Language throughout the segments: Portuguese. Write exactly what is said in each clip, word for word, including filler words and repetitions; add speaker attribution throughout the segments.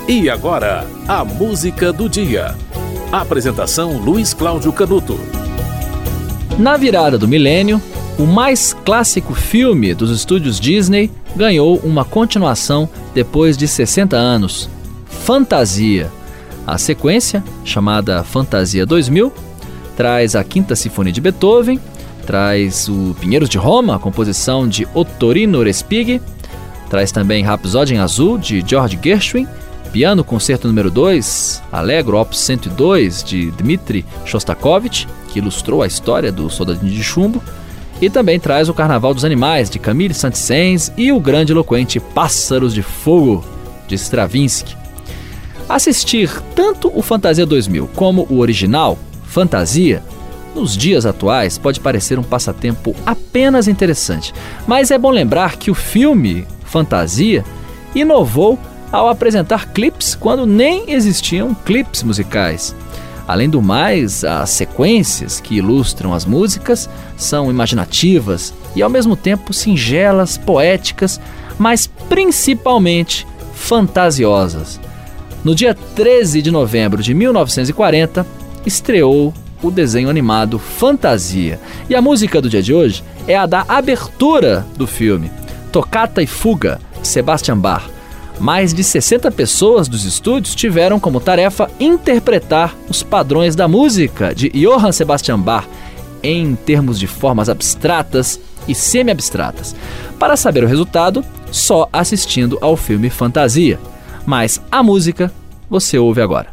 Speaker 1: E agora, a música do dia. Apresentação Luiz Cláudio Canuto.
Speaker 2: Na virada do milênio, o mais clássico filme dos estúdios Disney ganhou uma continuação depois de sessenta anos, Fantasia. A sequência, chamada Fantasia dois mil, traz a Quinta Sinfonia de Beethoven, traz o Pinheiros de Roma, a composição de Ottorino Respighi, traz também Rapsódia em Azul, de George Gershwin, Piano Concerto número dois, Allegro Opus cento e dois, de Dmitri Shostakovich, que ilustrou a história do Soldadinho de Chumbo, e também traz o Carnaval dos Animais, de Camille Saint-Saëns, e o grande eloquente Pássaros de Fogo, de Stravinsky. Assistir tanto o Fantasia dois mil como o original, Fantasia, nos dias atuais pode parecer um passatempo apenas interessante, mas é bom lembrar que o filme Fantasia inovou ao apresentar clipes quando nem existiam clipes musicais. Além do mais, as sequências que ilustram as músicas são imaginativas e ao mesmo tempo singelas, poéticas, mas principalmente fantasiosas. No dia treze de novembro de mil novecentos e quarenta, estreou o desenho animado Fantasia. E a música do dia de hoje é a da abertura do filme, Toccata e Fuga, Sebastian Bach. Mais de sessenta pessoas dos estúdios tiveram como tarefa interpretar os padrões da música de Johann Sebastian Bach em termos de formas abstratas e semi-abstratas. Para saber o resultado, só assistindo ao filme Fantasia. Mas a música você ouve agora.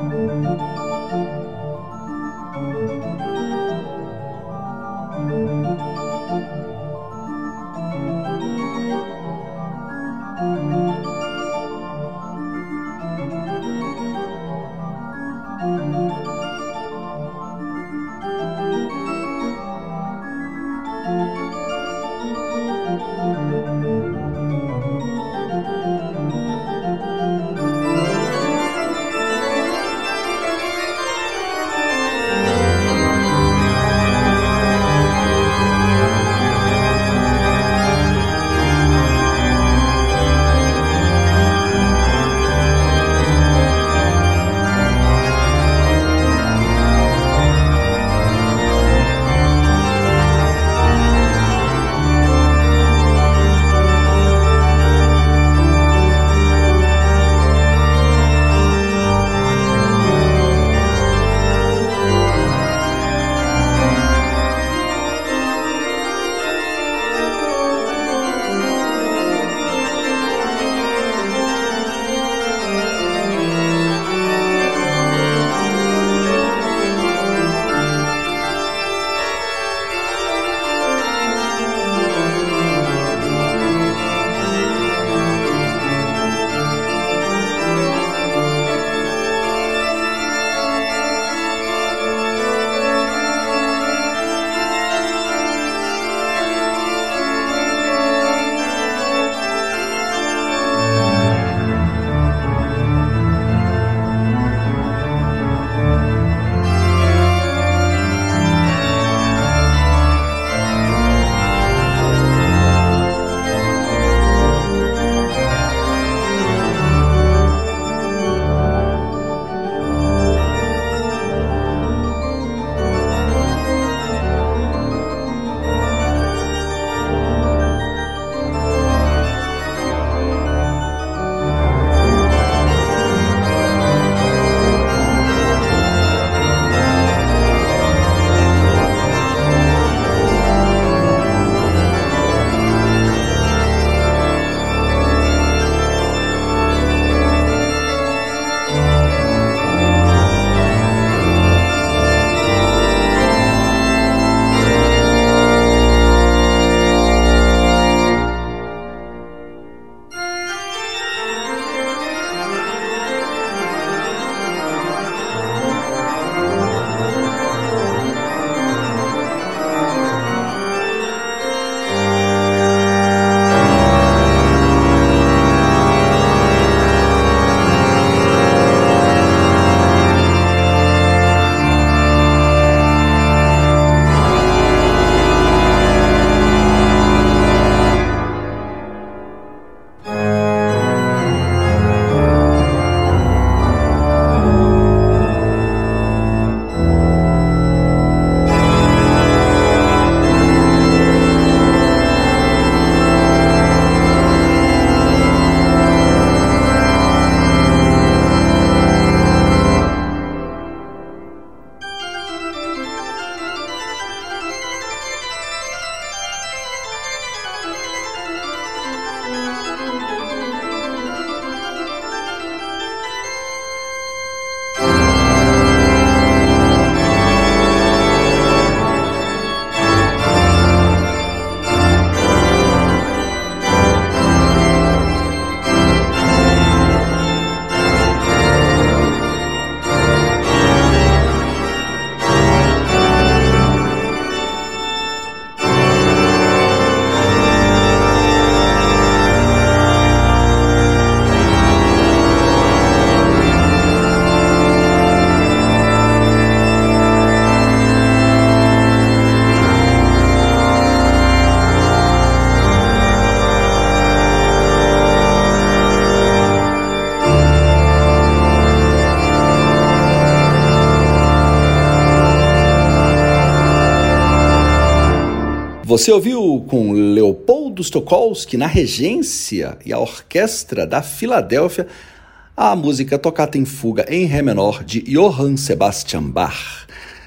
Speaker 3: Você ouviu com Leopoldo Stokowski na regência e a orquestra da Filadélfia a música Tocata em Fuga em Ré menor de Johann Sebastian Bach.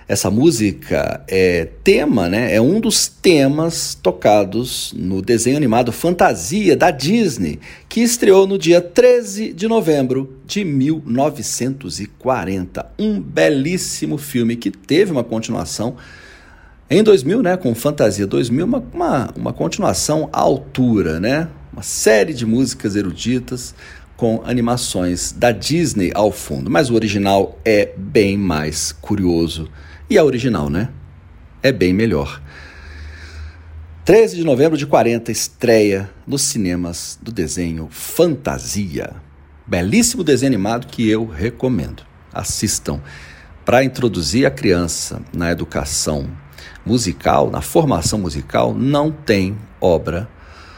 Speaker 3: Essa música é tema, né? É um dos temas tocados no desenho animado Fantasia da Disney, que estreou no dia treze de novembro de mil novecentos e quarenta. Um belíssimo filme que teve uma continuação em dois mil, né? Com Fantasia dois mil, uma, uma, uma continuação à altura, né? Uma série de músicas eruditas com animações da Disney ao fundo. Mas o original é bem mais curioso. E a original, né? É bem melhor. treze de novembro de quarenta, estreia nos cinemas do desenho Fantasia. Belíssimo desenho animado que eu recomendo. Assistam. Para introduzir a criança na educação musical, na formação musical, não tem obra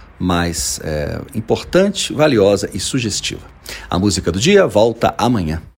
Speaker 3: mais é, importante, valiosa e sugestiva. A música do dia volta amanhã.